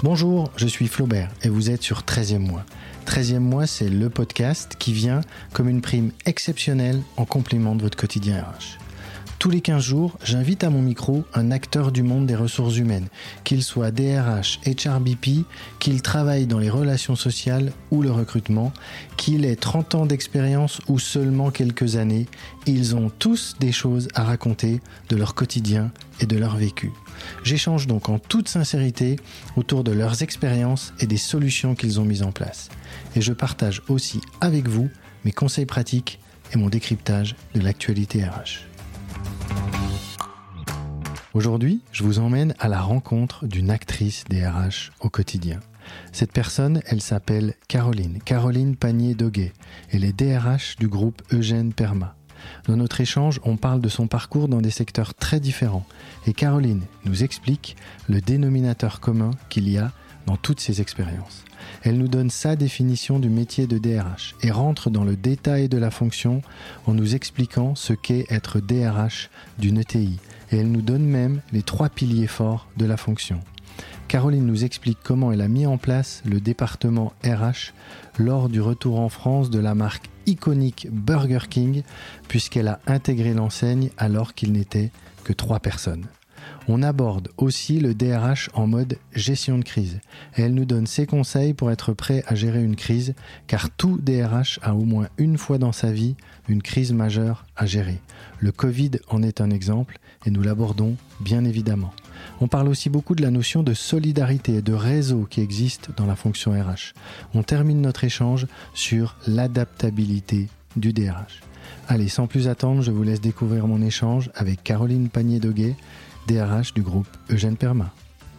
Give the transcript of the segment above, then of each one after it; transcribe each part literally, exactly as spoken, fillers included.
Bonjour, je suis Flaubert et vous êtes sur treizième mois. treizième mois, c'est le podcast qui vient comme une prime exceptionnelle en complément de votre quotidien R H. Tous les quinze jours, j'invite à mon micro un acteur du monde des ressources humaines, qu'il soit D R H, H R B P, qu'il travaille dans les relations sociales ou le recrutement, qu'il ait trente ans d'expérience ou seulement quelques années, ils ont tous des choses à raconter de leur quotidien et de leur vécu. J'échange donc en toute sincérité autour de leurs expériences et des solutions qu'ils ont mises en place. Et je partage aussi avec vous mes conseils pratiques et mon décryptage de l'actualité R H. Aujourd'hui, je vous emmène à la rencontre d'une actrice des R H au quotidien. Cette personne, elle s'appelle Caroline, Caroline Panier-Doguet. Elle est D R H du groupe Eugène Perma. Dans notre échange, on parle de son parcours dans des secteurs très différents. Et Caroline nous explique le dénominateur commun qu'il y a dans toutes ces expériences. Elle nous donne sa définition du métier de D R H et rentre dans le détail de la fonction en nous expliquant ce qu'est être D R H d'une E T I. Et elle nous donne même les trois piliers forts de la fonction. Caroline nous explique comment elle a mis en place le département R H lors du retour en France de la marque iconique Burger King, puisqu'elle a intégré l'enseigne alors qu'il n'était que trois personnes. On aborde aussi le D R H en mode gestion de crise. Et elle nous donne ses conseils pour être prêt à gérer une crise, car tout D R H a au moins une fois dans sa vie une crise majeure à gérer. Le Covid en est un exemple et nous l'abordons bien évidemment. On parle aussi beaucoup de la notion de solidarité et de réseau qui existe dans la fonction R H. On termine notre échange sur l'adaptabilité du D R H. Allez, sans plus attendre, je vous laisse découvrir mon échange avec Caroline Panier-Doguet, D R H du groupe Eugène Perma.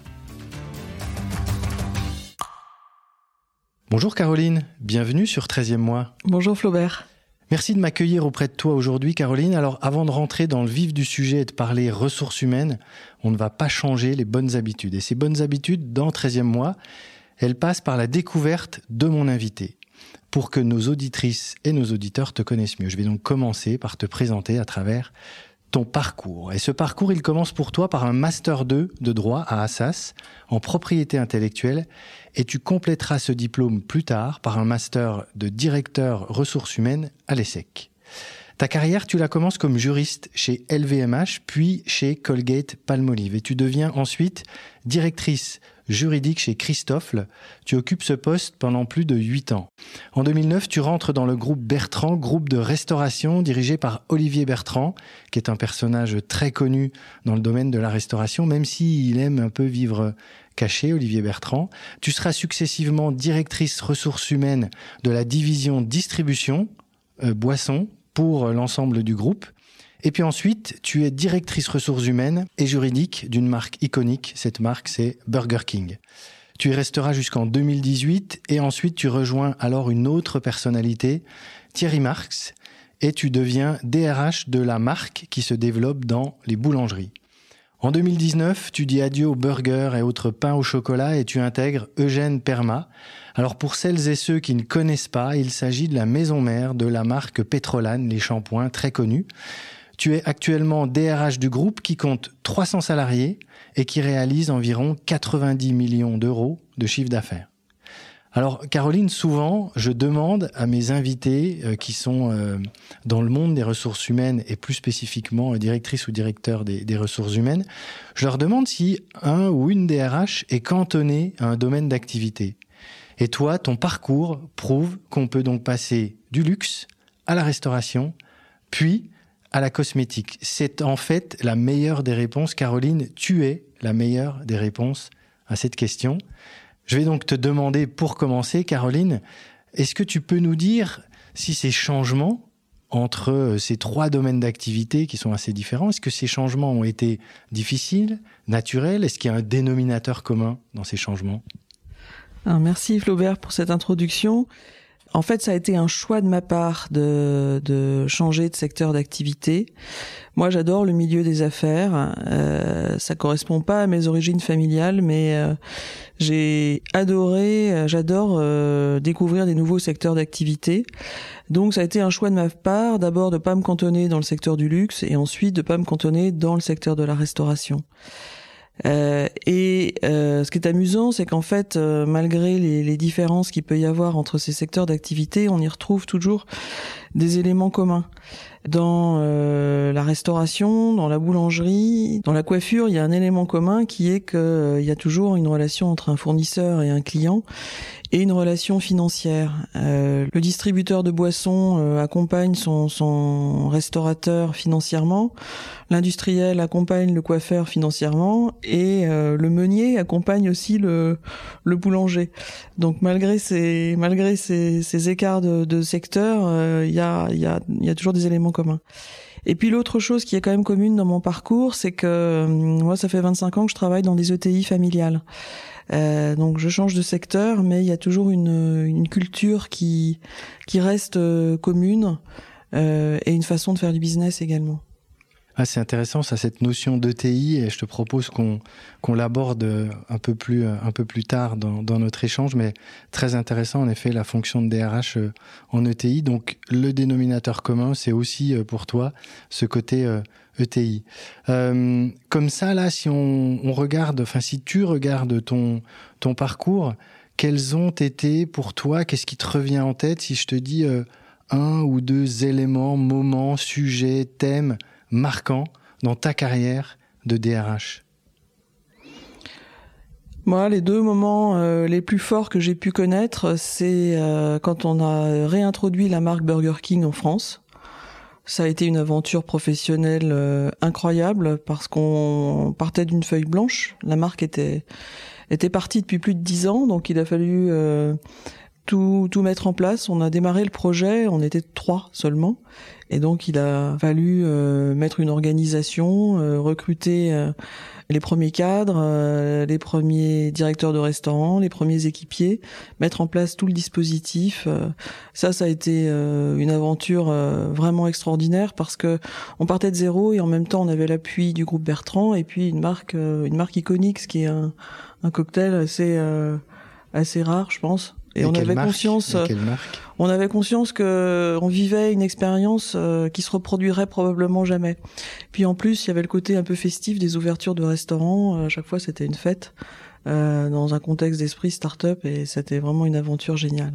Bonjour Caroline, bienvenue sur treizième mois. Bonjour Flaubert. Merci de m'accueillir auprès de toi aujourd'hui Caroline. Alors avant de rentrer dans le vif du sujet et de parler ressources humaines, on ne va pas changer les bonnes habitudes. Et ces bonnes habitudes, dans treizième mois, elles passent par la découverte de mon invité, pour que nos auditrices et nos auditeurs te connaissent mieux. Je vais donc commencer par te présenter à travers ton parcours. Et ce parcours, il commence pour toi par un Master deux de droit à Assas, en propriété intellectuelle, et tu compléteras ce diplôme plus tard par un Master de directeur ressources humaines à l'ESSEC. Ta carrière, tu la commences comme juriste chez L V M H, puis chez Colgate-Palmolive, et tu deviens ensuite directrice juridique chez Christofle. Tu occupes ce poste pendant plus de huit ans. En deux mille neuf, tu rentres dans le groupe Bertrand, groupe de restauration dirigé par Olivier Bertrand, qui est un personnage très connu dans le domaine de la restauration, même s'il aime un peu vivre caché, Olivier Bertrand. Tu seras successivement directrice ressources humaines de la division distribution, euh, boissons, pour l'ensemble du groupe. Et puis ensuite, tu es directrice ressources humaines et juridique d'une marque iconique. Cette marque, c'est Burger King. Tu y resteras jusqu'en deux mille dix-huit et ensuite tu rejoins alors une autre personnalité, Thierry Marx, et tu deviens D R H de la marque qui se développe dans les boulangeries. En deux mille dix-neuf, tu dis adieu aux burgers et autres pains au chocolat et tu intègres Eugène Perma. Alors pour celles et ceux qui ne connaissent pas, il s'agit de la maison mère de la marque Pétrolane, les shampoings très connus. Tu es actuellement D R H du groupe qui compte trois cents salariés et qui réalise environ quatre-vingt-dix millions d'euros de chiffre d'affaires. Alors Caroline, souvent je demande à mes invités euh, qui sont euh, dans le monde des ressources humaines et plus spécifiquement euh, directrice ou directeur des, des ressources humaines, je leur demande si un ou une D R H est cantonné à un domaine d'activité. Et toi, ton parcours prouve qu'on peut donc passer du luxe à la restauration, puis à la cosmétique. C'est en fait la meilleure des réponses. Caroline, tu es la meilleure des réponses à cette question. Je vais donc te demander, pour commencer, Caroline, est-ce que tu peux nous dire si ces changements entre ces trois domaines d'activité qui sont assez différents, est-ce que ces changements ont été difficiles, naturels? Est-ce qu'il y a un dénominateur commun dans ces changements? Alors, merci Flaubert pour cette introduction. En fait, ça a été un choix de ma part de, de changer de secteur d'activité. Moi, j'adore le milieu des affaires. Euh, ça correspond pas à mes origines familiales, mais euh, j'ai adoré, j'adore euh, découvrir des nouveaux secteurs d'activité. Donc, ça a été un choix de ma part, d'abord de pas me cantonner dans le secteur du luxe et ensuite de pas me cantonner dans le secteur de la restauration. Euh, et euh, ce qui est amusant, c'est qu'en fait, euh, malgré les, les différences qu'il peut y avoir entre ces secteurs d'activité, on y retrouve toujours des éléments communs. Dans euh, la restauration, dans la boulangerie, dans la coiffure, il y a un élément commun qui est qu'il euh, y a toujours une relation entre un fournisseur et un client et une relation financière. Euh, le distributeur de boissons euh, accompagne son, son restaurateur financièrement, l'industriel accompagne le coiffeur financièrement et euh, le meunier accompagne aussi le, le boulanger. Donc malgré ces, malgré ces, ces écarts de, de secteur, euh, il y a, il y a, il y a toujours des éléments communs. Et puis l'autre chose qui est quand même commune dans mon parcours, c'est que euh, moi ça fait vingt-cinq ans que je travaille dans des E T I familiales. Euh, donc je change de secteur, mais il y a toujours une, une culture qui, qui reste euh, commune euh, et une façon de faire du business également. Ah, c'est intéressant ça, cette notion d'E T I, et je te propose qu'on, qu'on l'aborde un peu plus, un peu plus tard dans, dans notre échange, mais très intéressant en effet la fonction de D R H en E T I. Donc le dénominateur commun, c'est aussi pour toi ce côté E T I. Euh, comme ça, là, si on, on regarde, enfin si tu regardes ton, ton parcours, quels ont été pour toi, qu'est-ce qui te revient en tête si je te dis euh, un ou deux éléments, moments, sujets, thèmes marquants dans ta carrière de D R H? Moi, les deux moments euh, les plus forts que j'ai pu connaître, c'est euh, quand on a réintroduit la marque Burger King en France. Ça a été une aventure professionnelle euh, incroyable parce qu'on partait d'une feuille blanche. La marque était était partie depuis plus de dix ans, donc il a fallu euh, tout tout mettre en place. On a démarré le projet, on était trois seulement, et donc il a fallu euh, mettre une organisation, euh, recruter euh, les premiers cadres, euh, les premiers directeurs de restaurants, les premiers équipiers, mettre en place tout le dispositif. Euh, ça, ça a été euh, une aventure euh, vraiment extraordinaire parce que on partait de zéro et en même temps on avait l'appui du groupe Bertrand et puis une marque, euh, une marque iconique, ce qui est un, un cocktail assez euh, assez rare, je pense. Et, et on avait marque, conscience, et quelle marque on avait conscience que on vivait une expérience euh, qui se reproduirait probablement jamais. Puis en plus, il y avait le côté un peu festif des ouvertures de restaurants. À chaque fois, c'était une fête euh, dans un contexte d'esprit start-up et c'était vraiment une aventure géniale.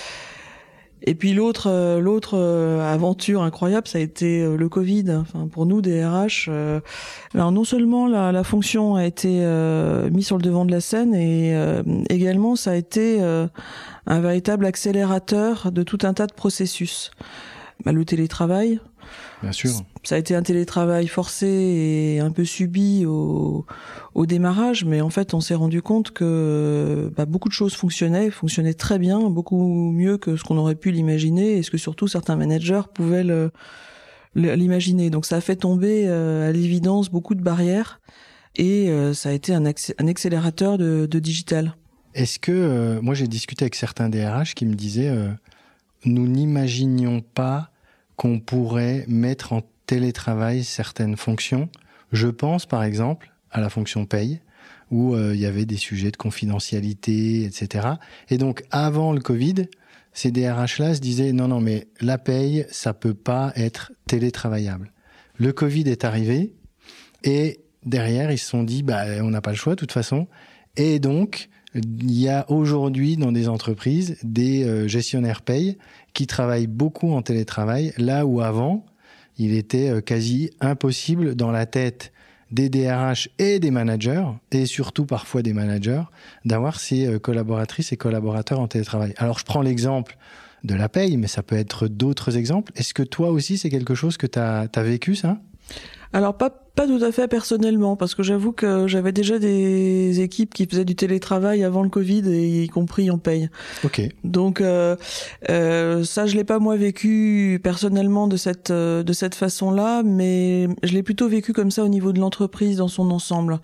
Et puis l'autre, euh, l'autre euh, aventure incroyable, ça a été euh, le Covid. Enfin, pour nous, D R H, euh, alors non seulement la, la fonction a été euh, mise sur le devant de la scène, et euh, également ça a été euh, un véritable accélérateur de tout un tas de processus. Bah, le télétravail. Bien sûr. Ça a été un télétravail forcé et un peu subi au, au démarrage, mais en fait, on s'est rendu compte que bah, beaucoup de choses fonctionnaient, fonctionnaient très bien, beaucoup mieux que ce qu'on aurait pu l'imaginer et ce que surtout certains managers pouvaient le, le, l'imaginer. Donc ça a fait tomber euh, à l'évidence beaucoup de barrières et euh, ça a été un, accé- un accélérateur de, de digital. Est-ce que, euh, moi j'ai discuté avec certains D R H qui me disaient euh, nous n'imaginions pas qu'on pourrait mettre en télétravail certaines fonctions. Je pense par exemple à la fonction paye, où euh, il y avait des sujets de confidentialité, et cetera. Et donc avant le Covid, ces D R H-là se disaient non, non, mais la paye, ça peut pas être télétravaillable. Le Covid est arrivé et derrière, ils se sont dit bah, on n'a pas le choix de toute façon. Et donc, il y a aujourd'hui dans des entreprises des euh, gestionnaires paye qui travaillent beaucoup en télétravail, là où avant, il était euh, quasi impossible dans la tête des D R H et des managers, et surtout parfois des managers, d'avoir ces euh, collaboratrices et collaborateurs en télétravail. Alors je prends l'exemple de la paye, mais ça peut être d'autres exemples. Est-ce que toi aussi, c'est quelque chose que tu as vécu, ça ? Alors pas pas tout à fait personnellement, parce que j'avoue que j'avais déjà des équipes qui faisaient du télétravail avant le Covid, et y compris en paye. Ok. Donc euh, euh, ça, je l'ai pas moi vécu personnellement de cette euh, de cette façon-là, mais je l'ai plutôt vécu comme ça au niveau de l'entreprise dans son ensemble.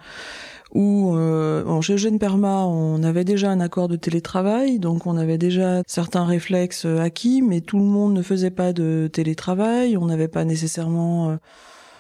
Où euh, bon, chez Eugène Perma, on avait déjà un accord de télétravail, donc on avait déjà certains réflexes acquis, mais tout le monde ne faisait pas de télétravail. On n'avait pas nécessairement euh,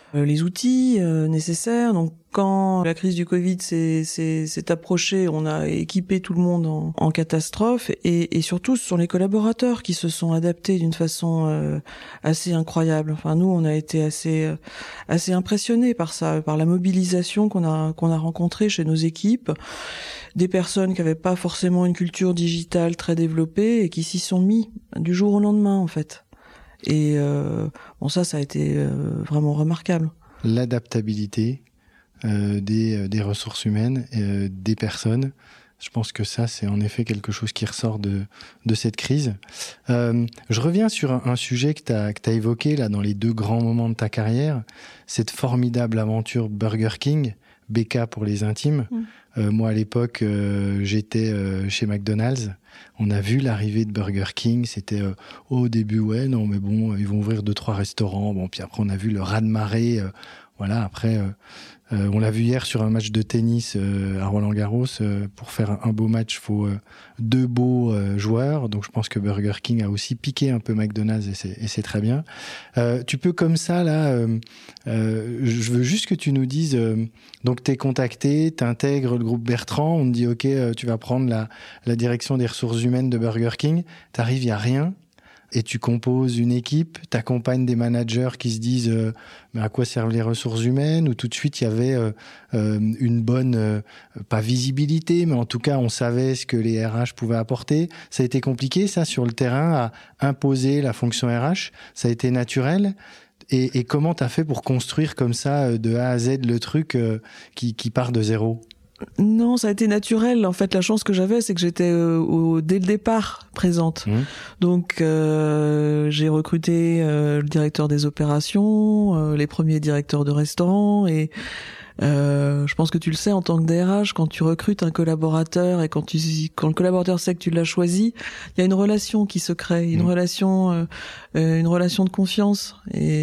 les outils euh, nécessaires. Donc quand la crise du Covid s'est, s'est, s'est approchée, on a équipé tout le monde en, en catastrophe, et, et surtout ce sont les collaborateurs qui se sont adaptés d'une façon euh, assez incroyable. Enfin nous, on a été assez euh, assez impressionnés par ça, par la mobilisation qu'on a qu'on a rencontrée chez nos équipes, des personnes qui n'avaient pas forcément une culture digitale très développée et qui s'y sont mis du jour au lendemain en fait. Et euh, bon, ça, ça a été euh, vraiment remarquable. L'adaptabilité euh, des, des ressources humaines, euh, des personnes, je pense que ça, c'est en effet quelque chose qui ressort de, de cette crise. Euh, je reviens sur un, un sujet que tu as que tu as évoqué là, dans les deux grands moments de ta carrière, cette formidable aventure Burger King, B K pour les intimes. Mmh. Euh, moi, à l'époque, euh, j'étais euh, chez McDonald's. On a vu l'arrivée de Burger King. C'était euh, au début, ouais, non, mais bon, ils vont ouvrir deux, trois restaurants. Bon, puis après, on a vu le raz-de-marée. Euh, voilà, après, euh, euh, on l'a vu hier sur un match de tennis euh, à Roland-Garros. Euh, pour faire un, un beau match, il faut euh, deux beaux euh, joueurs. Donc, je pense que Burger King a aussi piqué un peu McDonald's et c'est, et c'est très bien. Euh, tu peux comme ça, là, euh, euh, je veux juste que tu nous dises... Euh, donc, t'es contacté, t'intègres le groupe Bertrand, on te dit, OK, euh, tu vas prendre la, la direction des ressources humaines de Burger King. T'arrives, il n'y a rien. Et tu composes une équipe, t'accompagnes des managers qui se disent euh, mais à quoi servent les ressources humaines, ou tout de suite il y avait euh, euh, une bonne, euh, pas visibilité, mais en tout cas on savait ce que les R H pouvaient apporter. Ça a été compliqué ça sur le terrain à imposer la fonction R H, ça a été naturel. Et, et comment t'as fait pour construire comme ça de A à Z le truc euh, qui, qui part de zéro ? Non, ça a été naturel. En fait, la chance que j'avais, c'est que j'étais euh, au, dès le départ présente. Mmh. Donc, euh, j'ai recruté euh, le directeur des opérations, euh, les premiers directeurs de restaurants, et euh, je pense que tu le sais en tant que D R H, quand tu recrutes un collaborateur et quand tu quand le collaborateur sait que tu l'as choisi, il y a une relation qui se crée, une mmh. relation, euh, une relation de confiance.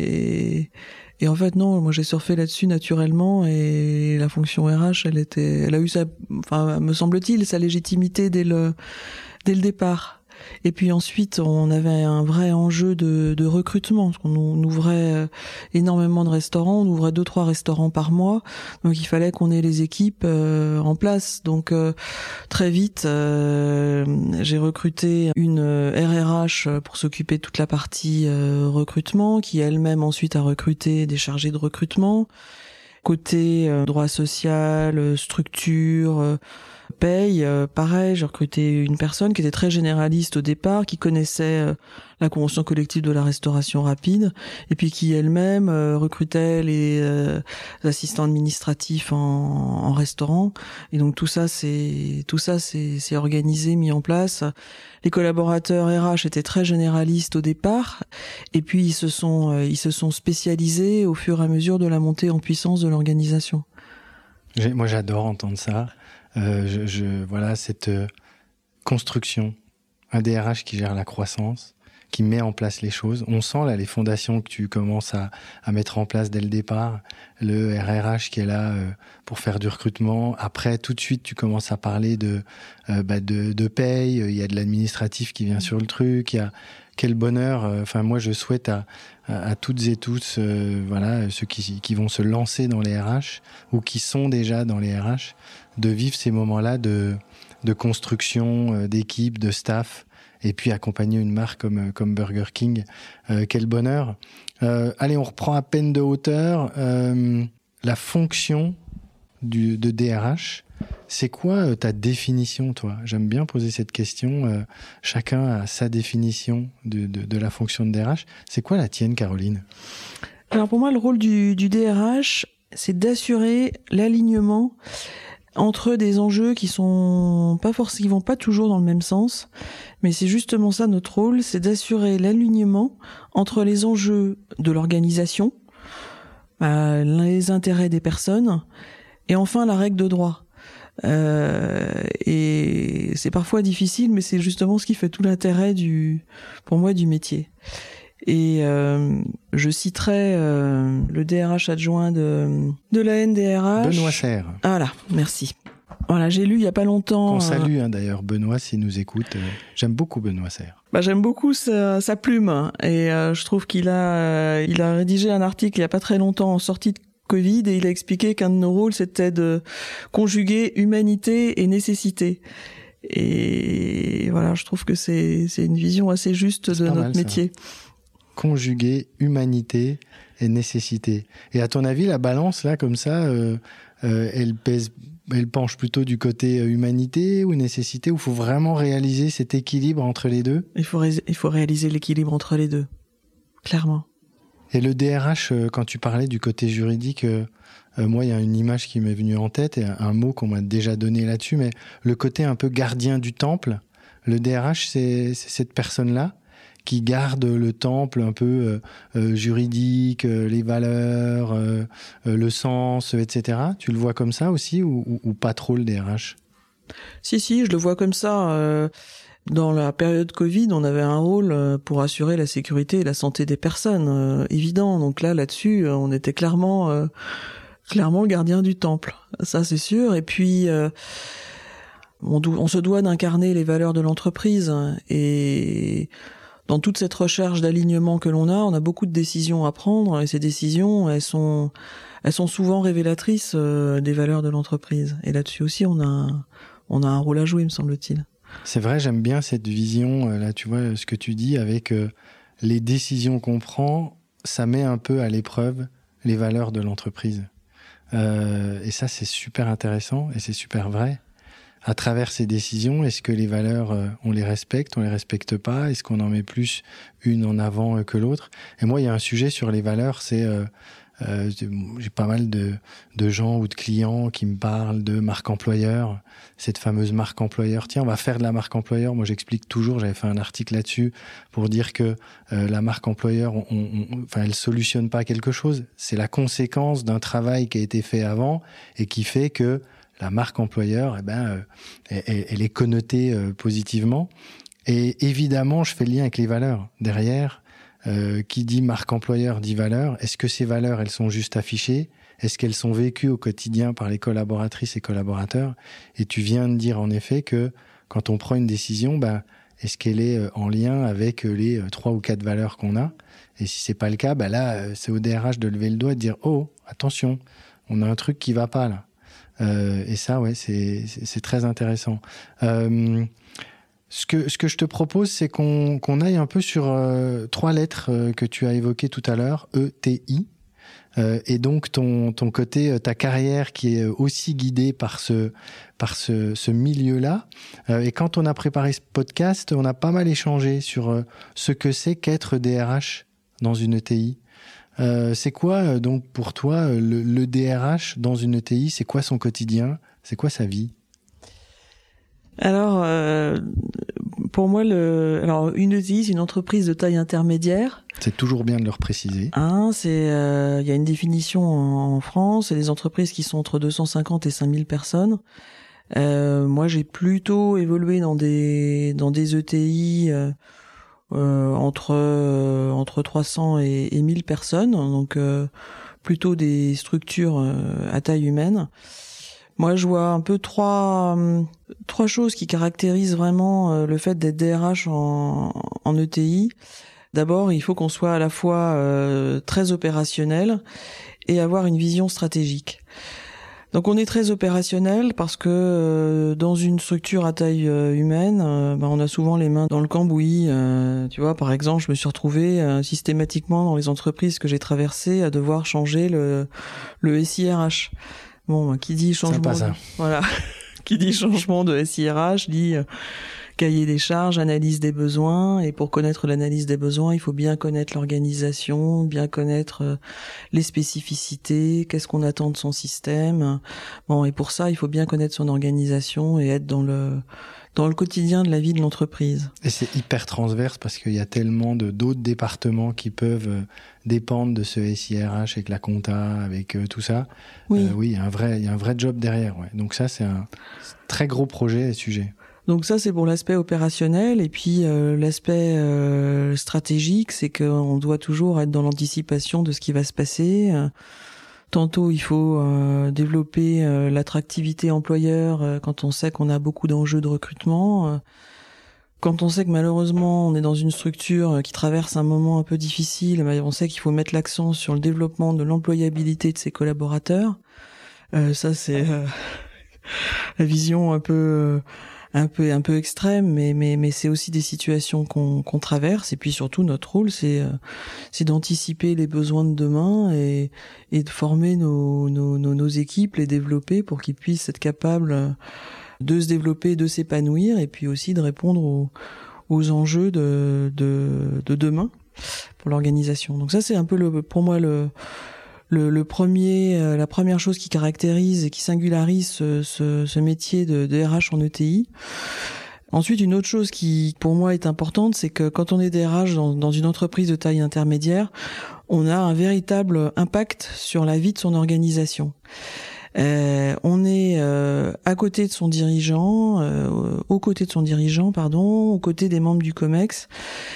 Et Et en fait, non, moi j'ai surfé là-dessus naturellement, et la fonction R H, elle était, elle a eu sa, enfin, me semble-t-il, sa légitimité dès le, dès le départ. Et puis ensuite, on avait un vrai enjeu de, de recrutement, parce qu'on on ouvrait énormément de restaurants, on ouvrait deux, trois restaurants par mois, donc il fallait qu'on ait les équipes euh, en place. Donc euh, très vite, euh, j'ai recruté une R R H pour s'occuper de toute la partie euh, recrutement, qui elle-même ensuite a recruté des chargés de recrutement. Côté euh, droit social, structure, euh, paye, euh, pareil, j'ai recruté une personne qui était très généraliste au départ, qui connaissait euh, la convention collective de la restauration rapide, et puis qui elle-même euh, recrutait les euh, assistants administratifs en, en restaurant. Et donc tout ça, c'est tout ça, c'est, c'est organisé, mis en place. Les collaborateurs R H étaient très généralistes au départ, et puis ils se sont euh, ils se sont spécialisés au fur et à mesure de la montée en puissance de l'organisation. J'ai, moi, j'adore entendre ça. Euh, je, je, voilà, cette euh, construction, un D R H qui gère la croissance, qui met en place les choses. On sent là les fondations que tu commences à, à mettre en place dès le départ. Le R R H qui est là euh, pour faire du recrutement. Après, tout de suite, tu commences à parler de, euh, bah, de, de paye. Il y a de l'administratif qui vient sur le truc. Il y a quel bonheur. Enfin, moi, je souhaite à, à, à toutes et tous, euh, voilà, ceux qui, qui vont se lancer dans les R H ou qui sont déjà dans les R H, de vivre ces moments-là de, de construction euh, d'équipe, de staff, et puis accompagner une marque comme, comme Burger King. Euh, quel bonheur. Euh, allez, on reprend à peine de hauteur. Euh, la fonction du, de D R H, c'est quoi euh, ta définition, toi ? J'aime bien poser cette question. Euh, chacun a sa définition de, de, de la fonction de D R H. C'est quoi la tienne, Caroline ? Alors pour moi, le rôle du, du D R H, c'est d'assurer l'alignement entre des enjeux qui sont pas forcément, qui vont pas toujours dans le même sens, mais c'est justement ça notre rôle, c'est d'assurer l'alignement entre les enjeux de l'organisation, euh, les intérêts des personnes, et enfin la règle de droit. Euh, et c'est parfois difficile, mais c'est justement ce qui fait tout l'intérêt du, pour moi, du métier. Et euh, je citerai euh, le D R H adjoint de, de la N D R H. Benoît Serre. Voilà, merci. Voilà, j'ai lu il y a pas longtemps... Qu'on salue hein, d'ailleurs, Benoît, s'il nous écoute. Euh, j'aime beaucoup Benoît Serre. Bah, j'aime beaucoup sa, sa plume et euh, je trouve qu'il a, euh, il a rédigé un article il y a pas très longtemps en sortie de Covid et il a expliqué qu'un de nos rôles c'était de conjuguer humanité et nécessité. Et voilà, je trouve que c'est c'est une vision assez juste de notre mal, métier. Ça. Conjuguer humanité et nécessité. Et à ton avis, la balance là, comme ça, euh, euh, elle pèse, elle penche plutôt du côté humanité ou nécessité, ou faut vraiment réaliser cet équilibre entre les deux ? Il faut ré- il faut réaliser l'équilibre entre les deux, clairement. Et le D R H, quand tu parlais du côté juridique, euh, euh, moi, il y a une image qui m'est venue en tête et un, un mot qu'on m'a déjà donné là-dessus, mais le côté un peu gardien du temple. Le D R H, c'est, c'est cette personne-là qui garde le temple un peu euh, euh, juridique, euh, les valeurs, euh, euh, le sens, et cetera. Tu le vois comme ça aussi ou, ou, ou pas trop le D R H ? Si, si, je le vois comme ça. Euh, dans la période Covid, on avait un rôle pour assurer la sécurité et la santé des personnes, euh, évident. Donc là, là-dessus, on était clairement, euh, clairement le gardien du temple. Ça, c'est sûr. Et puis, euh, on, do- on se doit d'incarner les valeurs de l'entreprise et dans toute cette recherche d'alignement que l'on a, on a beaucoup de décisions à prendre et ces décisions, elles sont, elles sont souvent révélatrices euh, des valeurs de l'entreprise. Et là-dessus aussi, on a, un, on a un rôle à jouer, me semble-t-il. C'est vrai, j'aime bien cette vision, euh, là, tu vois, ce que tu dis avec euh, les décisions qu'on prend, ça met un peu à l'épreuve les valeurs de l'entreprise. Euh, et ça, c'est super intéressant et c'est super vrai. À travers ces décisions, est-ce que les valeurs, euh, on les respecte, on les respecte pas ? Est-ce qu'on en met plus une en avant euh, que l'autre ? Et moi, il y a un sujet sur les valeurs, c'est euh, euh, j'ai pas mal de, de gens ou de clients qui me parlent de marque employeur, cette fameuse marque employeur. Tiens, on va faire de la marque employeur. Moi, j'explique toujours, j'avais fait un article là-dessus pour dire que euh, la marque employeur, on, on, enfin, elle solutionne pas quelque chose. C'est la conséquence d'un travail qui a été fait avant et qui fait que la marque employeur, eh ben, euh, elle, elle est connotée euh, positivement. Et évidemment, je fais le lien avec les valeurs. Derrière, euh, qui dit marque employeur dit valeurs. Est-ce que ces valeurs, elles sont juste affichées ? Est-ce qu'elles sont vécues au quotidien par les collaboratrices et collaborateurs ? Et tu viens de dire en effet que quand on prend une décision, ben, est-ce qu'elle est en lien avec les trois ou quatre valeurs qu'on a ? Et si c'est pas le cas, ben là, c'est au D R H de lever le doigt et de dire « Oh, attention, on a un truc qui va pas là ». Euh, et ça, ouais, c'est, c'est, c'est très intéressant. Euh, ce que, ce que je te propose, c'est qu'on, qu'on aille un peu sur euh, trois lettres euh, que tu as évoquées tout à l'heure, E, T, I. Euh, et donc ton, ton côté, ta carrière qui est aussi guidée par ce, par ce, ce milieu-là. Euh, et quand on a préparé ce podcast, on a pas mal échangé sur euh, ce que c'est qu'être D R H dans une E T I. Euh, c'est quoi donc pour toi le, le D R H dans une E T I ? C'est quoi son quotidien ? C'est quoi sa vie ? Alors, euh, pour moi, le, alors une E T I, c'est une entreprise de taille intermédiaire. C'est toujours bien de le repréciser. Hein, c'est, euh, il y a une définition en, en France, c'est des entreprises qui sont entre deux cent cinquante et cinq mille personnes. Euh, moi, j'ai plutôt évolué dans des dans des E T I. Euh, Euh, entre euh, entre trois cents et, et mille personnes, donc euh, plutôt des structures euh, à taille humaine. Moi, je vois un peu trois euh, trois choses qui caractérisent vraiment euh, le fait d'être D R H en, en E T I. D'abord, il faut qu'on soit à la fois euh, très opérationnel et avoir une vision stratégique. Donc on est très opérationnel parce que euh, dans une structure à taille euh, humaine, euh, bah, on a souvent les mains dans le cambouis. Euh, tu vois, par exemple, je me suis retrouvée euh, systématiquement dans les entreprises que j'ai traversées à devoir changer le, le S I R H. Bon, bah, qui dit changement, Sympa, ça. De, voilà, qui dit changement de S I R H dit euh, cahier des charges, analyse des besoins. Et pour connaître l'analyse des besoins, il faut bien connaître l'organisation, bien connaître euh, les spécificités, qu'est-ce qu'on attend de son système. Bon, et pour ça, il faut bien connaître son organisation et être dans le dans le quotidien de la vie de l'entreprise. Et c'est hyper transverse parce qu'il y a tellement de d'autres départements qui peuvent euh, dépendre de ce S I R H avec la compta, avec euh, tout ça. Oui, euh, oui, il y a un vrai il y a un vrai job derrière. Ouais. Donc ça, c'est un très gros projet et sujet. Donc ça, c'est pour l'aspect opérationnel. Et puis euh, l'aspect euh, stratégique, c'est qu'on doit toujours être dans l'anticipation de ce qui va se passer. Euh, tantôt, il faut euh, développer euh, l'attractivité employeur euh, quand on sait qu'on a beaucoup d'enjeux de recrutement. Euh, quand on sait que malheureusement on est dans une structure qui traverse un moment un peu difficile, on sait qu'il faut mettre l'accent sur le développement de l'employabilité de ses collaborateurs. Euh, ça c'est euh, la vision un peu euh, un peu un peu extrême, mais mais mais c'est aussi des situations qu'on qu'on traverse. Et puis surtout notre rôle c'est euh, c'est d'anticiper les besoins de demain et et de former nos nos nos, nos équipes, les développer pour qu'ils puissent être capables de se développer, de s'épanouir, et puis aussi de répondre aux, aux enjeux de, de, de demain pour l'organisation. Donc ça, c'est un peu le, pour moi le, le, le premier, euh, la première chose qui caractérise et qui singularise ce, ce, ce métier de, de R H en E T I. Ensuite, une autre chose qui, pour moi, est importante, c'est que quand on est D R H dans, dans une entreprise de taille intermédiaire, on a un véritable impact sur la vie de son organisation. Euh, on est euh, à côté de son dirigeant, euh, aux côtés de son dirigeant, pardon, aux côtés des membres du COMEX,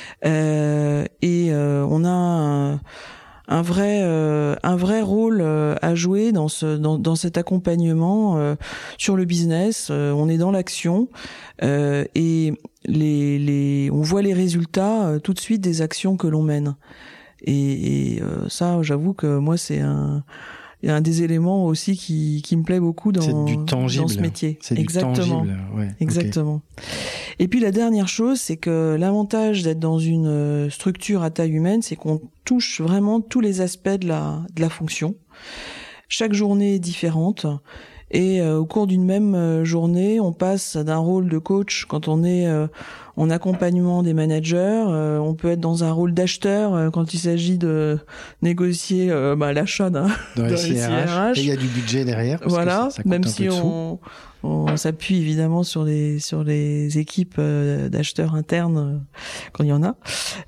euh, et euh, on a un, un vrai, euh, un vrai rôle euh, à jouer dans ce, dans, dans cet accompagnement euh, sur le business. Euh, on est dans l'action euh, et les, les, on voit les résultats euh, tout de suite des actions que l'on mène. Et, et euh, ça, j'avoue que moi, c'est un Il y a un des éléments aussi qui, qui me plaît beaucoup dans, c'est du tangible. dans ce métier. C'est Exactement. du tangible. Ouais, Exactement. Okay. Et puis la dernière chose, c'est que l'avantage d'être dans une structure à taille humaine, c'est qu'on touche vraiment tous les aspects de la, de la fonction. Chaque journée est différente. Et euh, au cours d'une même euh, journée, on passe d'un rôle de coach quand on est euh, en accompagnement des managers, euh, on peut être dans un rôle d'acheteur euh, quand il s'agit de négocier euh, bah, l'achat d'un S I R H. Et il y a du budget derrière. Parce voilà, que ça, ça coûte même un si peu de on, on s'appuie évidemment sur les sur les équipes euh, d'acheteurs internes euh, quand il y en a.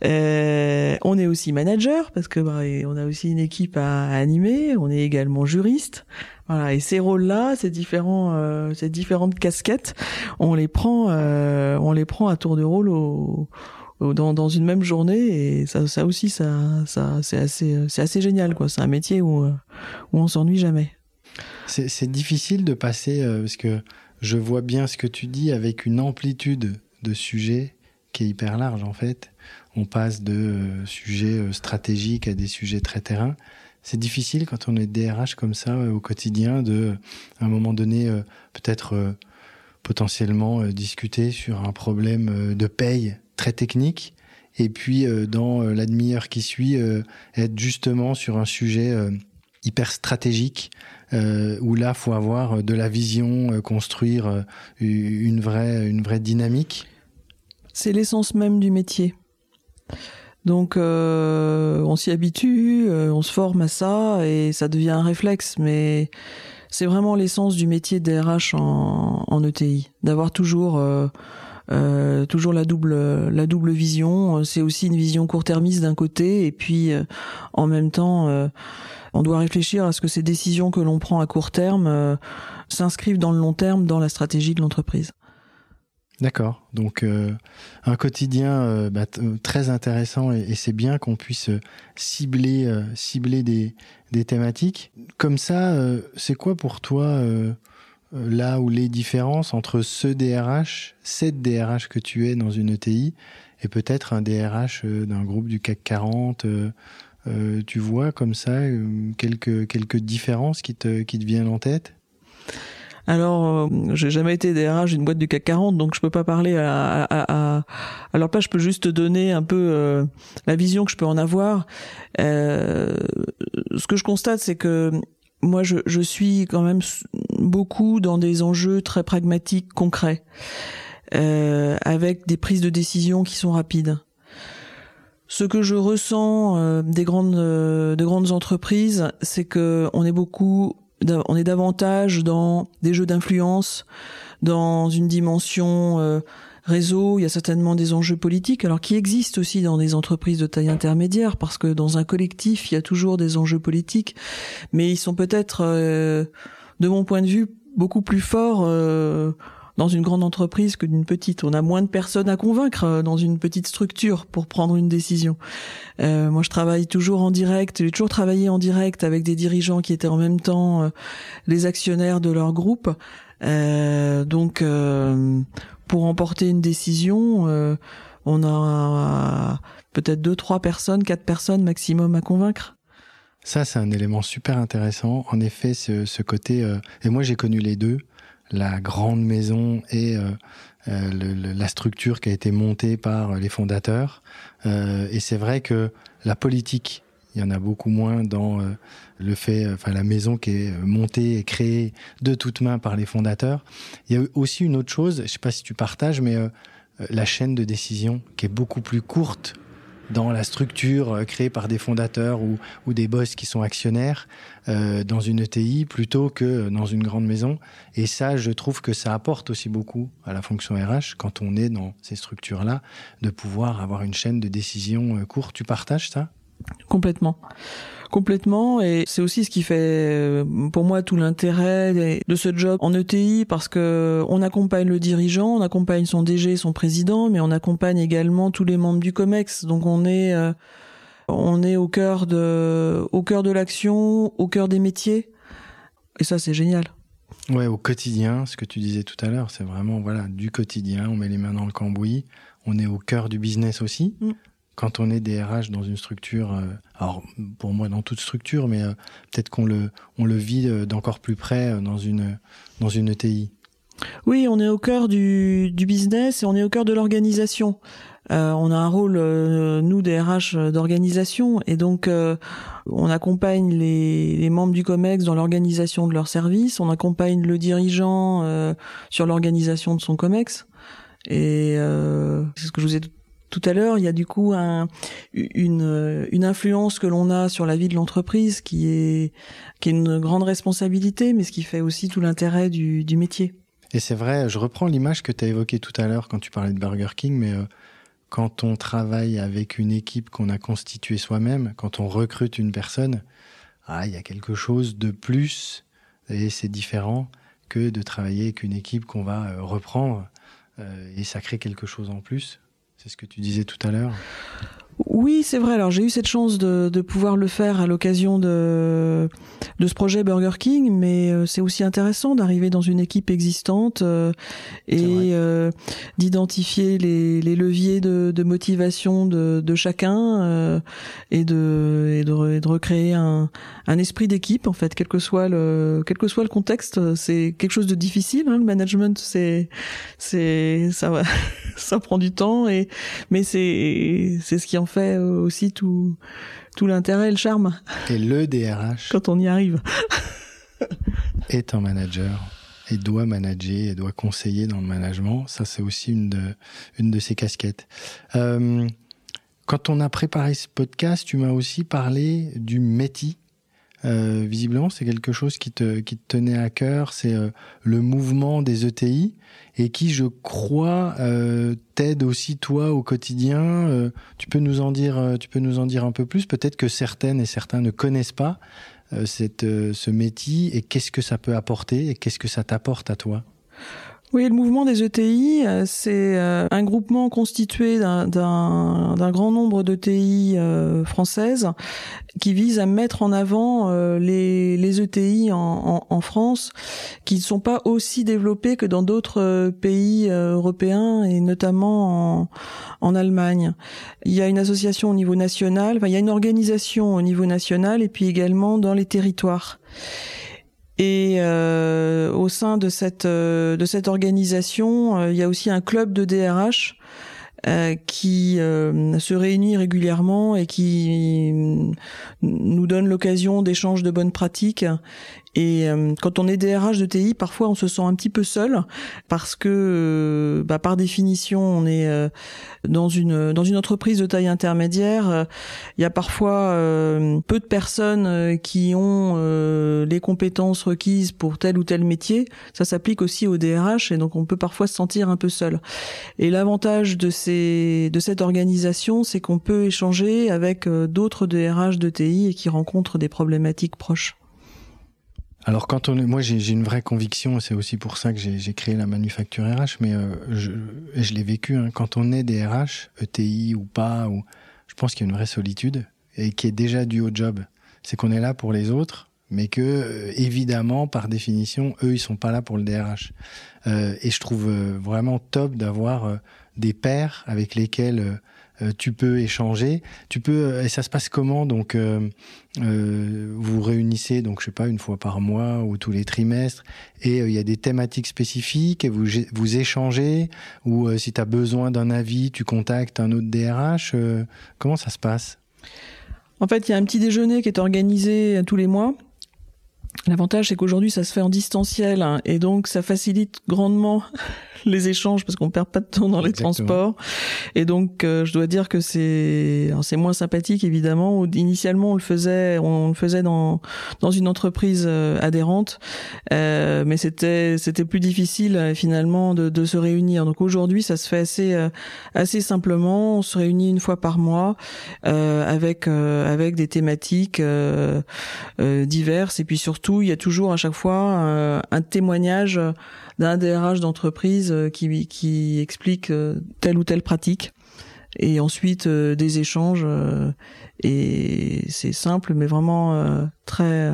Euh, on est aussi manager parce que bah, on a aussi une équipe à, à animer. On est également juriste. Voilà, et ces rôles-là, ces différents, euh, ces différentes casquettes, on les prend, euh, on les prend à tour de rôle au, au, dans, dans une même journée, et ça, ça aussi, ça, ça, c'est assez, c'est assez génial, quoi. C'est un métier où, où on s'ennuie jamais. C'est, c'est difficile de passer, euh, parce que je vois bien ce que tu dis avec une amplitude de sujets qui est hyper large en fait. On passe de euh, sujets euh, stratégiques à des sujets très terrain. C'est difficile quand on est D R H comme ça euh, au quotidien de, à un moment donné, euh, peut-être euh, potentiellement euh, discuter sur un problème euh, de paye très technique, et puis euh, dans euh, la demi-heure qui suit, euh, être justement sur un sujet euh, hyper stratégique euh, où là, faut avoir de la vision, euh, construire euh, une vraie, une vraie dynamique. C'est l'essence même du métier. Donc euh, on s'y habitue, euh, on se forme à ça et ça devient un réflexe, mais c'est vraiment l'essence du métier de D R H en, en E T I, d'avoir toujours euh, euh, toujours la double la double vision. C'est aussi une vision court-termiste d'un côté, et puis euh, en même temps euh, on doit réfléchir à ce que ces décisions que l'on prend à court terme euh, s'inscrivent dans le long terme dans la stratégie de l'entreprise. D'accord, donc euh, un quotidien euh, bah, t- très intéressant, et, et c'est bien qu'on puisse euh, cibler, euh, cibler des, des thématiques. Comme ça, euh, c'est quoi pour toi euh, là où les différences entre ce D R H, cette D R H que tu es dans une E T I, et peut-être un D R H euh, d'un groupe du C A C quarante euh, euh, tu vois comme ça euh, quelques, quelques différences qui te, qui te viennent en tête ? Alors, euh, j'ai jamais été D R H d'une boîte du C A C quarante, donc je peux pas parler à, à, à, à leur place. Je peux juste te donner un peu euh, la vision que je peux en avoir. Euh, ce que je constate, c'est que moi, je, je suis quand même beaucoup dans des enjeux très pragmatiques, concrets, euh, avec des prises de décision qui sont rapides. Ce que je ressens euh, des grandes, euh, de grandes entreprises, c'est que on est beaucoup on est davantage dans des jeux d'influence, dans une dimension euh, réseau. Il y a certainement des enjeux politiques, alors qui existent aussi dans des entreprises de taille intermédiaire, parce que dans un collectif, il y a toujours des enjeux politiques, mais ils sont peut-être, euh, de mon point de vue, beaucoup plus forts euh, dans une grande entreprise que d'une petite. On a moins de personnes à convaincre dans une petite structure pour prendre une décision. Euh, moi, je travaille toujours en direct. J'ai toujours travaillé en direct avec des dirigeants qui étaient en même temps euh, les actionnaires de leur groupe. Euh, donc, euh, pour emporter une décision, euh, on a peut-être deux, trois personnes, quatre personnes maximum à convaincre. Ça, c'est un élément super intéressant. En effet, ce, ce côté... Euh, et moi, j'ai connu les deux, la grande maison et euh, euh, le, le, la structure qui a été montée par les fondateurs. Euh, et c'est vrai que la politique, il y en a beaucoup moins dans euh, le fait... Enfin, la maison qui est montée et créée de toutes mains par les fondateurs. Il y a aussi une autre chose, je ne sais pas si tu partages, mais euh, la chaîne de décision qui est beaucoup plus courte dans la structure créée par des fondateurs ou, ou des boss qui sont actionnaires euh, dans une E T I plutôt que dans une grande maison. Et ça, je trouve que ça apporte aussi beaucoup à la fonction R H quand on est dans ces structures-là, de pouvoir avoir une chaîne de décision courte. Tu partages ça ? Complètement. Complètement, et c'est aussi ce qui fait pour moi tout l'intérêt de ce job en E T I, parce que on accompagne le dirigeant, on accompagne son D G, son président, mais on accompagne également tous les membres du COMEX. Donc on est euh, on est au cœur de au cœur de l'action, au cœur des métiers, et ça c'est génial. Ouais, au quotidien, ce que tu disais tout à l'heure, c'est vraiment voilà du quotidien. On met les mains dans le cambouis, on est au cœur du business aussi. Mm. Quand on est des R H dans une structure, euh, alors pour moi dans toute structure, mais euh, peut-être qu'on le, on le vit euh, d'encore plus près euh, dans une, dans une E T I. Oui, on est au cœur du, du business et on est au cœur de l'organisation. Euh, on a un rôle, euh, nous des R H, d'organisation, et donc euh, on accompagne les, les membres du COMEX dans l'organisation de leur service, on accompagne le dirigeant euh, sur l'organisation de son COMEX, et euh, c'est ce que je vous ai dit tout à l'heure, il y a du coup un, une, une influence que l'on a sur la vie de l'entreprise qui est, qui est une grande responsabilité, mais ce qui fait aussi tout l'intérêt du, du métier. Et c'est vrai, je reprends l'image que tu as évoquée tout à l'heure quand tu parlais de Burger King, mais euh, quand on travaille avec une équipe qu'on a constituée soi-même, quand on recrute une personne, ah, il y a quelque chose de plus, et c'est différent que de travailler avec une équipe qu'on va euh, reprendre, euh, et ça crée quelque chose en plus. C'est ce que tu disais tout à l'heure. Oui, c'est vrai. Alors j'ai eu cette chance de, de pouvoir le faire à l'occasion de, de ce projet Burger King, mais euh, c'est aussi intéressant d'arriver dans une équipe existante euh, et euh, d'identifier les, les leviers de, de motivation de, de chacun euh, et, de, et, de, et de recréer un, un esprit d'équipe, en fait, quel que soit le, quel que soit le contexte. C'est quelque chose de difficile, hein, le management, c'est, c'est, ça va, ça prend du temps, et, mais c'est, c'est ce qui en fait aussi tout, tout l'intérêt et le charme. Et le D R H, quand on y arrive, est un manager et doit manager et doit conseiller dans le management. Ça, c'est aussi une de, une de ses casquettes. Euh, quand on a préparé ce podcast, tu m'as aussi parlé du métier. Euh, visiblement, c'est quelque chose qui te, qui te tenait à cœur. C'est euh, le mouvement des E T I et qui, je crois, euh, t'aide aussi toi au quotidien. Euh, tu peux nous en dire, euh, tu peux nous en dire un peu plus. Peut-être que certaines et certains ne connaissent pas euh, cette, euh, ce métier et qu'est-ce que ça peut apporter et qu'est-ce que ça t'apporte à toi. Oui, le mouvement des E T I, c'est un groupement constitué d'un, d'un, d'un grand nombre d'E T I euh, françaises qui vise à mettre en avant euh, les, les E T I en, en, en France, qui ne sont pas aussi développés que dans d'autres pays euh, européens et notamment en, en Allemagne. Il y a une association au niveau national, enfin il y a une organisation au niveau national et puis également dans les territoires. Et euh, au sein de cette euh, de cette organisation, euh, il y a aussi un club de D R H euh, qui euh, se réunit régulièrement et qui euh, nous donne l'occasion d'échanges de bonnes pratiques. Et euh, quand on est D R H de T I, parfois on se sent un petit peu seul parce que, euh, bah, par définition, on est euh, dans une dans une entreprise de taille intermédiaire. Il euh, y a parfois euh, peu de personnes euh, qui ont euh, les compétences requises pour tel ou tel métier. Ça s'applique aussi au D R H, et donc on peut parfois se sentir un peu seul. Et l'avantage de ces de cette organisation, c'est qu'on peut échanger avec euh, d'autres D R H de T I et qui rencontrent des problématiques proches. Alors quand on est, moi j'ai, j'ai une vraie conviction, c'est aussi pour ça que j'ai, j'ai créé la manufacture R H, mais euh, je, je l'ai vécu, hein, quand on est des R H, E T I ou pas, ou, je pense qu'il y a une vraie solitude et qui est déjà due au job. C'est qu'on est là pour les autres, mais que euh, évidemment, par définition, eux, ils sont pas là pour le D R H. Euh, et je trouve euh, vraiment top d'avoir euh, des pairs avec lesquels euh, euh, tu peux échanger. Tu peux euh, et ça se passe comment? Donc, euh, euh, vous vous réunissez, donc je sais pas, une fois par mois ou tous les trimestres, et il euh, y a des thématiques spécifiques et vous vous échangez. Ou euh, si tu as besoin d'un avis, tu contactes un autre D R H. Euh, comment ça se passe? En fait, il y a un petit déjeuner qui est organisé tous les mois. L'avantage, c'est qu'aujourd'hui, ça se fait en distanciel, hein, et donc ça facilite grandement les échanges parce qu'on perd pas de temps dans les Exactement. transports. Et donc, euh, je dois dire que c'est, alors, c'est moins sympathique évidemment. Initialement, on le faisait, on le faisait dans dans une entreprise euh, adhérente, euh, mais c'était c'était plus difficile euh, finalement de, de se réunir. Donc aujourd'hui, ça se fait assez euh, assez simplement. On se réunit une fois par mois euh, avec euh, avec des thématiques euh, euh, diverses, et puis surtout, il y a toujours à chaque fois euh, un témoignage d'un D R H d'entreprise qui, qui explique telle ou telle pratique, et ensuite euh, des échanges, euh, et c'est simple mais vraiment euh, très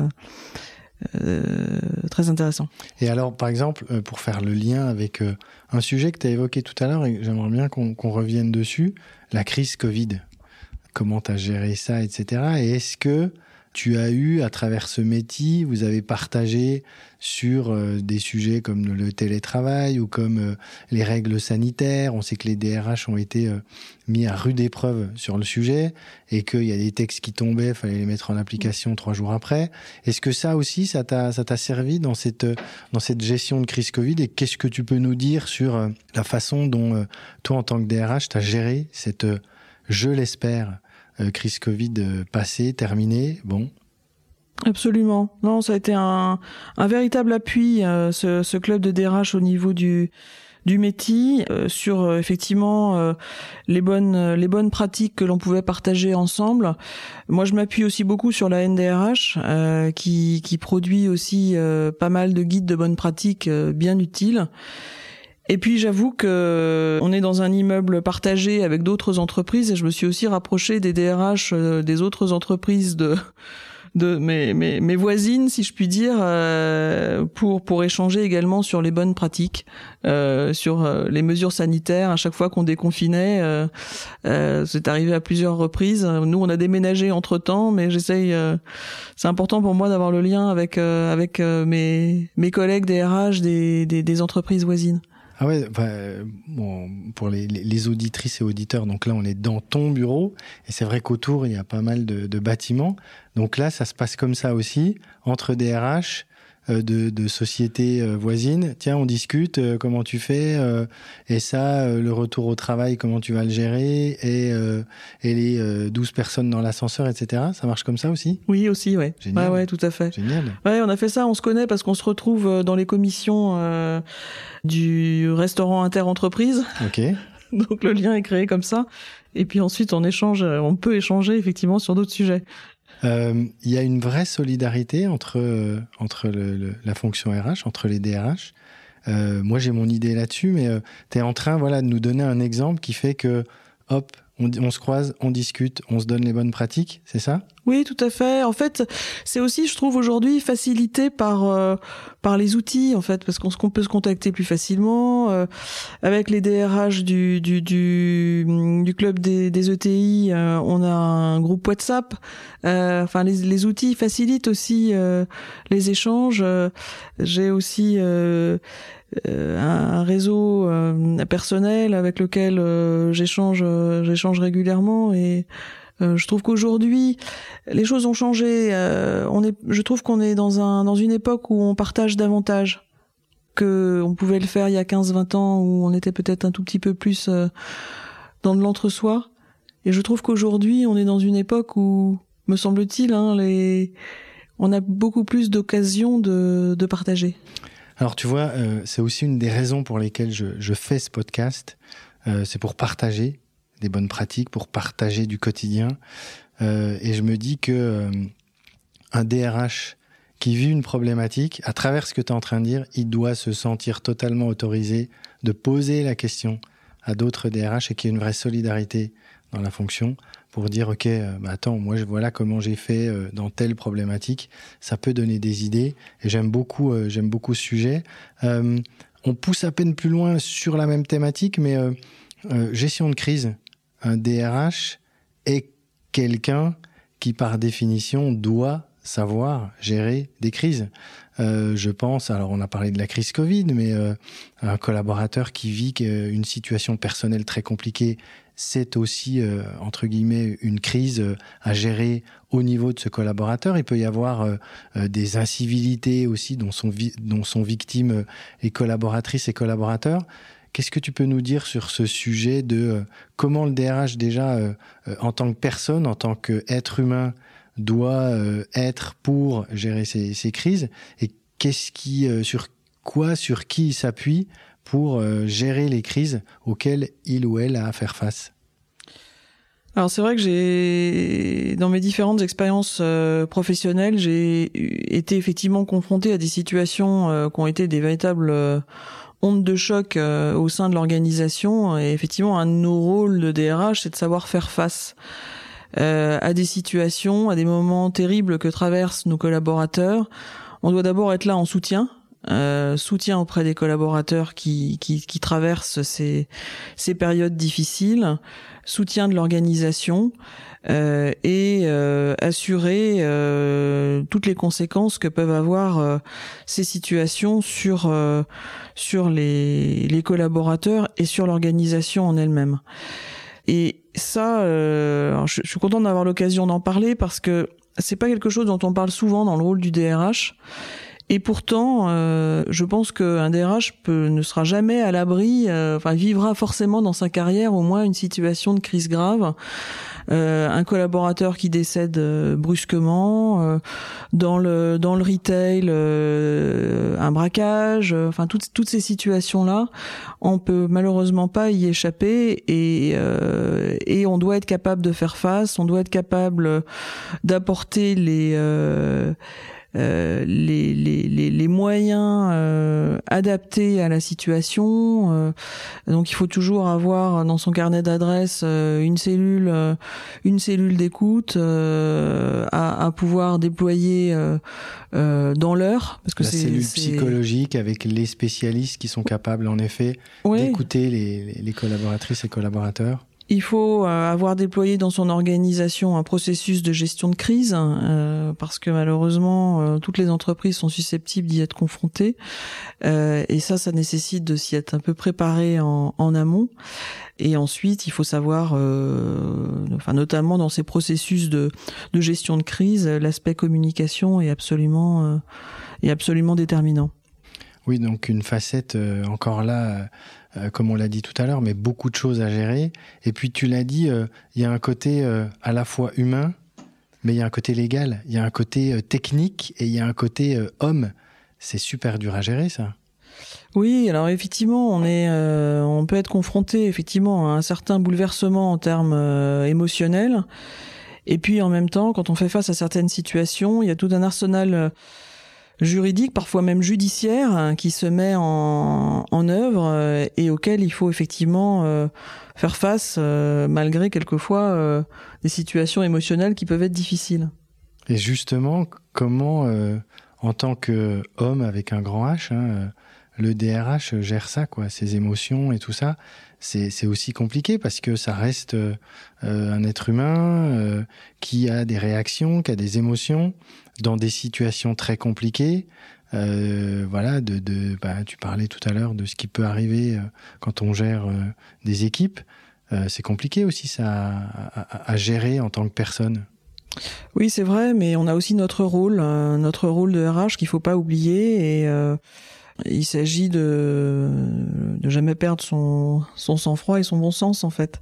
euh, très intéressant. Et alors, par exemple, euh, pour faire le lien avec euh, un sujet que tu as évoqué tout à l'heure, et j'aimerais bien qu'on, qu'on revienne dessus, la crise Covid. Comment tu as géré ça, et cetera. Et est-ce que tu as eu, à travers ce métier, vous avez partagé sur euh, des sujets comme le télétravail ou comme euh, les règles sanitaires. On sait que les D R H ont été euh, mis à rude épreuve sur le sujet et qu'il y a des textes qui tombaient, il fallait les mettre en application trois jours après. Est-ce que ça aussi, ça t'a, ça t'a servi dans cette, dans cette gestion de crise Covid? Et qu'est-ce que tu peux nous dire sur euh, la façon dont euh, toi, en tant que D R H, tu as géré cette, euh, je l'espère, euh, crise Covid euh, passée, terminée? Bon. Absolument. Non, ça a été un, un véritable appui, euh, ce, ce club de D R H au niveau du du métier, euh, sur euh, effectivement euh, les bonnes euh, les bonnes pratiques que l'on pouvait partager ensemble. Moi, je m'appuie aussi beaucoup sur la N D R H, euh, qui qui produit aussi euh, pas mal de guides de bonnes pratiques euh, bien utiles. Et puis j'avoue que on est dans un immeuble partagé avec d'autres entreprises, et je me suis aussi rapprochée des D R H euh, des autres entreprises de de mes, mes, mes voisines, si je puis dire, euh, pour pour échanger également sur les bonnes pratiques, euh, sur euh, les mesures sanitaires. À chaque fois qu'on déconfinait, euh, euh, c'est arrivé à plusieurs reprises. Nous, on a déménagé entre-temps, mais j'essaye. Euh, c'est important pour moi d'avoir le lien avec euh, avec euh, mes mes collègues D R H des des, des entreprises voisines. Ah ouais, bah, bon, pour les, les auditrices et auditeurs, donc là on est dans ton bureau, et c'est vrai qu'autour il y a pas mal de, de bâtiments, donc là ça se passe comme ça aussi, entre D R H, euh, de, de sociétés euh, voisines, tiens on discute, euh, comment tu fais, euh, et ça, euh, le retour au travail, comment tu vas le gérer, et, euh, et les euh, douze personnes dans l'ascenseur, et cetera. Ça marche comme ça aussi? Oui, aussi, ouais. Génial. Ouais, ouais, tout à fait. Génial. Ouais, on a fait ça, on se connaît parce qu'on se retrouve dans les commissions euh, du restaurant inter-entreprise. Ok. Donc le lien est créé comme ça. Et puis ensuite, on échange, on peut échanger effectivement sur d'autres sujets. Il euh, y a une vraie solidarité entre, euh, entre le, le, la fonction R H, entre les D R H. Euh, moi, j'ai mon idée là-dessus, mais euh, tu es en train voilà, de nous donner un exemple qui fait que, hop, on, on se croise, on discute, on se donne les bonnes pratiques, c'est ça? Oui, tout à fait. En fait, c'est aussi, je trouve, aujourd'hui facilité par euh, par les outils, en fait, parce qu'on, qu'on peut se contacter plus facilement euh, avec les D R H du du du, du club des, des E T I. Euh, on a un groupe WhatsApp. Euh, enfin, les, les outils facilitent aussi euh, les échanges. Euh, j'ai aussi euh, euh, un réseau euh, personnel avec lequel euh, j'échange euh, j'échange régulièrement, et Euh, je trouve qu'aujourd'hui, les choses ont changé. Euh, on est, je trouve qu'on est dans un dans une époque où on partage davantage que on pouvait le faire il y a quinze vingt ans, où on était peut-être un tout petit peu plus euh, dans de l'entre-soi. Et je trouve qu'aujourd'hui, on est dans une époque où, me semble-t-il, hein, les, on a beaucoup plus d'occasions de, de partager. Alors tu vois, euh, c'est aussi une des raisons pour lesquelles je, je fais ce podcast. Euh, c'est pour partager des bonnes pratiques, pour partager du quotidien. Euh, et je me dis que euh, un D R H qui vit une problématique, à travers ce que tu es en train de dire, il doit se sentir totalement autorisé de poser la question à d'autres D R H, et qu'il y ait une vraie solidarité dans la fonction pour dire ok, euh, bah attends, moi je voilà comment j'ai fait euh, dans telle problématique. Ça peut donner des idées et j'aime beaucoup, euh, j'aime beaucoup ce sujet. Euh, on pousse à peine plus loin sur la même thématique, mais euh, euh, gestion de crise. Un D R H est quelqu'un qui par définition doit savoir gérer des crises. Euh, je pense, alors on a parlé de la crise Covid, mais euh, un collaborateur qui vit une situation personnelle très compliquée, c'est aussi, euh, entre guillemets, une crise euh, à gérer au niveau de ce collaborateur. Il peut y avoir euh, euh, des incivilités aussi dont sont, vi- dont sont victimes euh, les collaboratrices et collaborateurs. Qu'est-ce que tu peux nous dire sur ce sujet de euh, comment le D R H déjà, euh, euh, en tant que personne, en tant qu'être humain, doit euh, être pour gérer ces, ces crises, et qu'est-ce qui, euh, sur quoi, sur qui il s'appuie pour euh, gérer les crises auxquelles il ou elle a à faire face? Alors c'est vrai que j'ai, dans mes différentes expériences euh, professionnelles, j'ai été effectivement confrontée à des situations euh, qui ont été des véritables euh, ondes de choc euh, au sein de l'organisation. Et effectivement, un de nos rôles de D R H, c'est de savoir faire face Euh, à des situations, à des moments terribles que traversent nos collaborateurs. On doit d'abord être là en soutien, euh, soutien auprès des collaborateurs qui, qui, qui traversent ces, ces périodes difficiles, soutien de l'organisation euh, et euh, assurer euh, toutes les conséquences que peuvent avoir euh, ces situations sur, euh, sur les, les collaborateurs et sur l'organisation en elle-même. Et ça, euh, je, je suis contente d'avoir l'occasion d'en parler parce que c'est pas quelque chose dont on parle souvent dans le rôle du D R H. Et pourtant, euh, je pense qu'un D R H peut, ne sera jamais à l'abri, euh, enfin vivra forcément dans sa carrière au moins une situation de crise grave. Euh, un collaborateur qui décède euh, brusquement, euh, dans le dans le retail, euh, un braquage, euh, enfin toutes toutes ces situations-là, on peut malheureusement pas y échapper et euh, et on doit être capable de faire face, on doit être capable d'apporter les euh, Euh, les, les, les, les moyens euh, adaptés à la situation. Euh, donc il faut toujours avoir dans son carnet d'adresses euh, une cellule, euh, une cellule d'écoute euh, à, à pouvoir déployer euh, euh, dans l'heure. Parce que la c'est, cellule c'est... psychologique avec les spécialistes qui sont capables en effet oui. d'écouter les, les collaboratrices et collaborateurs. Il faut euh, avoir déployé dans son organisation un processus de gestion de crise, euh, parce que malheureusement, euh, toutes les entreprises sont susceptibles d'y être confrontées. Euh, et ça, ça nécessite de s'y être un peu préparé en, en amont. Et ensuite, il faut savoir, euh, enfin, notamment dans ces processus de, de gestion de crise, l'aspect communication est absolument, euh, est absolument déterminant. Oui, donc une facette euh, encore là, euh, comme on l'a dit tout à l'heure, mais beaucoup de choses à gérer. Et puis tu l'as dit, euh, il y a un côté euh, à la fois humain, mais il y a un côté légal, il y a un côté euh, technique et il y a un côté euh, homme. C'est super dur à gérer, ça. Oui, alors effectivement, on est, euh, on peut être confronté effectivement à un certain bouleversement en termes euh, émotionnels. Et puis en même temps, quand on fait face à certaines situations, il y a tout un arsenal euh, juridique, parfois même judiciaire, hein, qui se met en, en œuvre euh, et auquel il faut effectivement euh, faire face, euh, malgré quelquefois euh, des situations émotionnelles qui peuvent être difficiles. Et justement, comment, euh, en tant qu'homme avec un grand H, hein, euh, le D R H gère ça, quoi, ses émotions et tout ça. C'est, c'est aussi compliqué parce que ça reste euh, un être humain euh, qui a des réactions, qui a des émotions dans des situations très compliquées. Euh, voilà, de, de, bah, tu parlais tout à l'heure de ce qui peut arriver euh, quand on gère euh, des équipes. Euh, c'est compliqué aussi ça à, à, à gérer en tant que personne. Oui, c'est vrai, mais on a aussi notre rôle, euh, notre rôle de R H qu'il faut pas oublier et euh, il s'agit de de jamais perdre son son sang-froid et son bon sens en fait.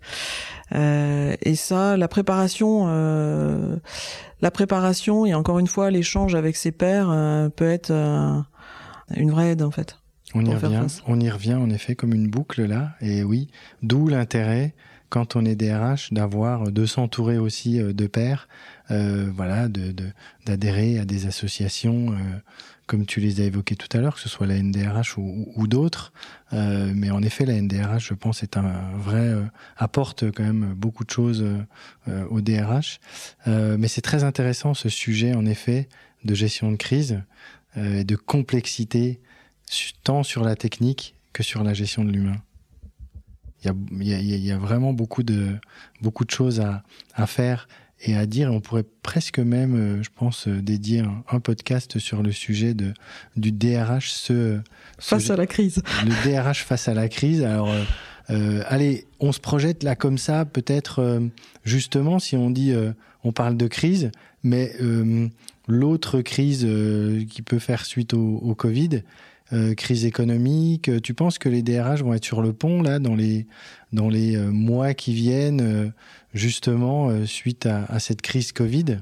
Euh, et ça, la préparation, euh, la préparation et encore une fois l'échange avec ses pairs euh, peut être euh, une vraie aide en fait. On y revient, on y revient en effet comme une boucle là. Et oui, d'où l'intérêt quand on est D R H, d'avoir, de s'entourer aussi de pairs, euh, voilà, de, de, d'adhérer à des associations, euh, comme tu les as évoquées tout à l'heure, que ce soit la N D R H ou, ou, ou d'autres. Euh, mais en effet, la N D R H, je pense, est un vrai euh, apporte quand même beaucoup de choses euh, au D R H. Euh, mais c'est très intéressant ce sujet, en effet, de gestion de crise euh, et de complexité, tant sur la technique que sur la gestion de l'humain. Il y a, il y a, il y a vraiment beaucoup de, beaucoup de choses à, à faire et à dire. On pourrait presque même, je pense, dédier un, un podcast sur le sujet de, du D R H. Ce, face ce, à la crise. Le D R H face à la crise. Alors, euh, euh, allez, on se projette là comme ça, peut-être euh, justement, si on dit, euh, on parle de crise, mais euh, l'autre crise euh, qui peut faire suite au, au Covid, Euh, crise économique, tu penses que les D R H vont être sur le pont là dans les dans les euh, mois qui viennent euh, justement euh, suite à, à cette crise Covid?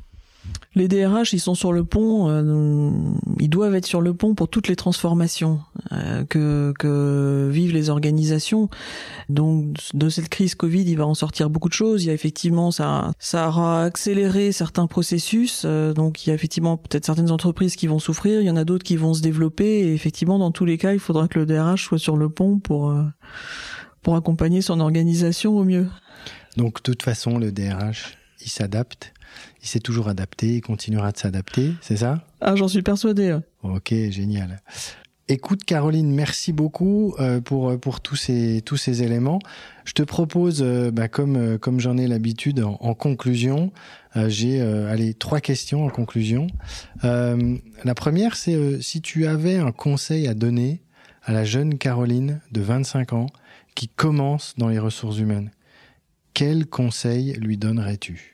Les D R H, ils sont sur le pont, euh, ils doivent être sur le pont pour toutes les transformations euh, que, que vivent les organisations. Donc, de cette crise Covid, il va en sortir beaucoup de choses. Il y a effectivement, ça, ça aura accéléré certains processus. Euh, donc, il y a effectivement peut-être certaines entreprises qui vont souffrir, il y en a d'autres qui vont se développer. Et effectivement, dans tous les cas, il faudra que le D R H soit sur le pont pour, euh, pour accompagner son organisation au mieux. Donc, de toute façon, le D R H, il s'adapte. Il s'est toujours adapté, il continuera de s'adapter, c'est ça? Ah, j'en suis persuadé. Ouais. Ok, génial. Écoute Caroline, merci beaucoup euh, pour pour tous ces tous ces éléments. Je te propose, euh, bah, comme euh, comme j'en ai l'habitude, en, en conclusion, euh, j'ai euh, allez trois questions en conclusion. Euh, la première, c'est euh, si tu avais un conseil à donner à la jeune Caroline de vingt-cinq ans qui commence dans les ressources humaines, quel conseil lui donnerais-tu?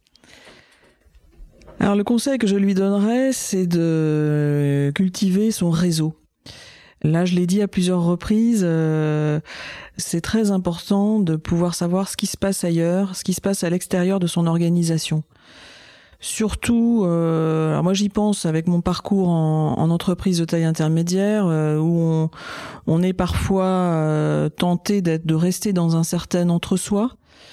Alors le conseil que je lui donnerais, c'est de cultiver son réseau. Là, je l'ai dit à plusieurs reprises, euh, c'est très important de pouvoir savoir ce qui se passe ailleurs, ce qui se passe à l'extérieur de son organisation. Surtout, euh, alors moi j'y pense avec mon parcours en, en entreprise de taille intermédiaire, euh, où on, on est parfois euh, tenté d'être, de rester dans un certain entre-soi.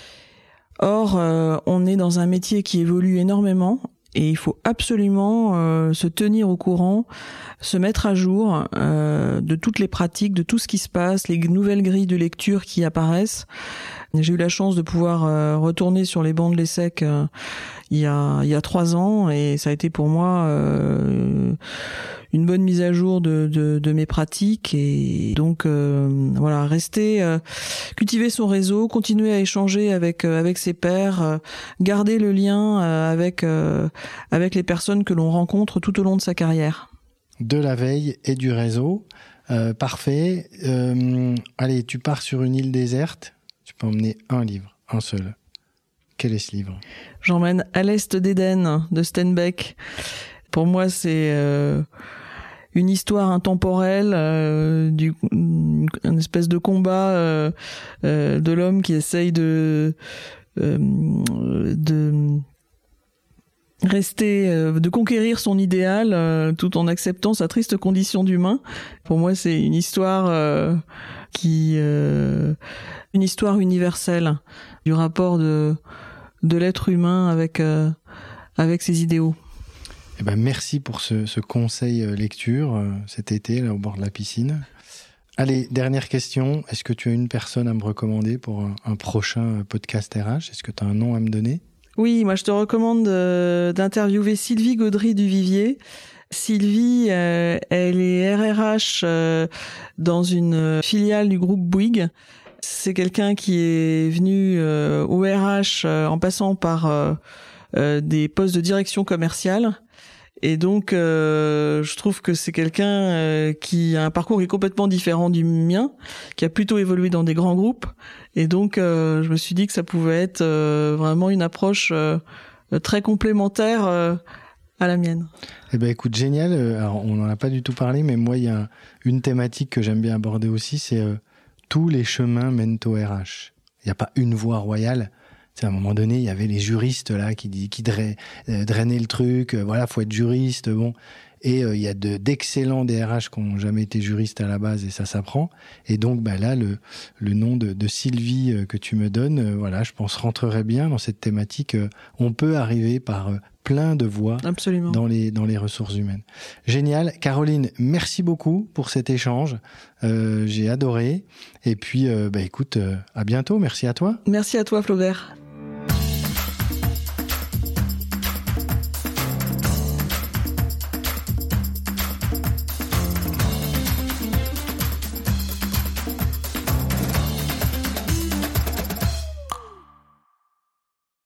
Or, euh, on est dans un métier qui évolue énormément. Et il faut absolument euh, se tenir au courant, se mettre à jour euh, de toutes les pratiques, de tout ce qui se passe, les nouvelles grilles de lecture qui apparaissent. J'ai eu la chance de pouvoir euh, retourner sur les bancs de l'ESSEC euh, il y a il y a trois ans et ça a été pour moi euh, une bonne mise à jour de de, de mes pratiques et donc euh, voilà, rester euh, cultiver son réseau, continuer à échanger avec euh, avec ses pairs, euh, garder le lien euh, avec euh, avec les personnes que l'on rencontre tout au long de sa carrière. De la veille et du réseau, euh, parfait. Euh, allez, tu pars sur une île déserte, tu peux emmener un livre, un seul. Quel est ce livre? J'emmène À l'Est d'Éden de Steinbeck. Pour moi, c'est euh, une histoire intemporelle, euh, du, une espèce de combat euh, euh, de l'homme qui essaye de, euh, de rester, euh, de conquérir son idéal euh, tout en acceptant sa triste condition d'humain. Pour moi, c'est une histoire euh, qui, euh, une histoire universelle du rapport de de l'être humain avec euh, avec ses idéaux. Eh ben merci pour ce, ce conseil lecture euh, cet été là au bord de la piscine. Allez, dernière question. Est-ce que tu as une personne à me recommander pour un, un prochain podcast R H? Est-ce que tu as un nom à me donner? Oui, moi je te recommande euh, d'interviewer Sylvie Gaudry du Vivier. Sylvie, euh, elle est R R H euh, dans une filiale du groupe Bouygues. C'est quelqu'un qui est venu euh, au R H euh, en passant par euh, euh, des postes de direction commerciale. Et donc, euh, je trouve que c'est quelqu'un euh, qui a un parcours qui est complètement différent du mien, qui a plutôt évolué dans des grands groupes. Et donc, euh, je me suis dit que ça pouvait être euh, vraiment une approche euh, très complémentaire euh, à la mienne. Eh ben, écoute, génial. Alors, on n'en a pas du tout parlé, mais moi, il y a une thématique que j'aime bien aborder aussi, c'est euh, tous les chemins mènent au R H. Il n'y a pas une voie royale. À un moment donné, il y avait les juristes là qui, qui dra- euh, drainaient le truc. Euh, voilà, faut être juriste. Bon, Et euh, il y a de, d'excellents D R H qui n'ont jamais été juristes à la base et ça s'apprend. Et donc bah, là, le, le nom de, de Sylvie euh, que tu me donnes, euh, voilà, je pense rentrerait bien dans cette thématique. Euh, on peut arriver par euh, plein de voies Absolument. dans les, dans les ressources humaines. Génial. Caroline, merci beaucoup pour cet échange. Euh, j'ai adoré. Et puis, euh, bah, écoute, euh, à bientôt. Merci à toi. Merci à toi, Flaubert.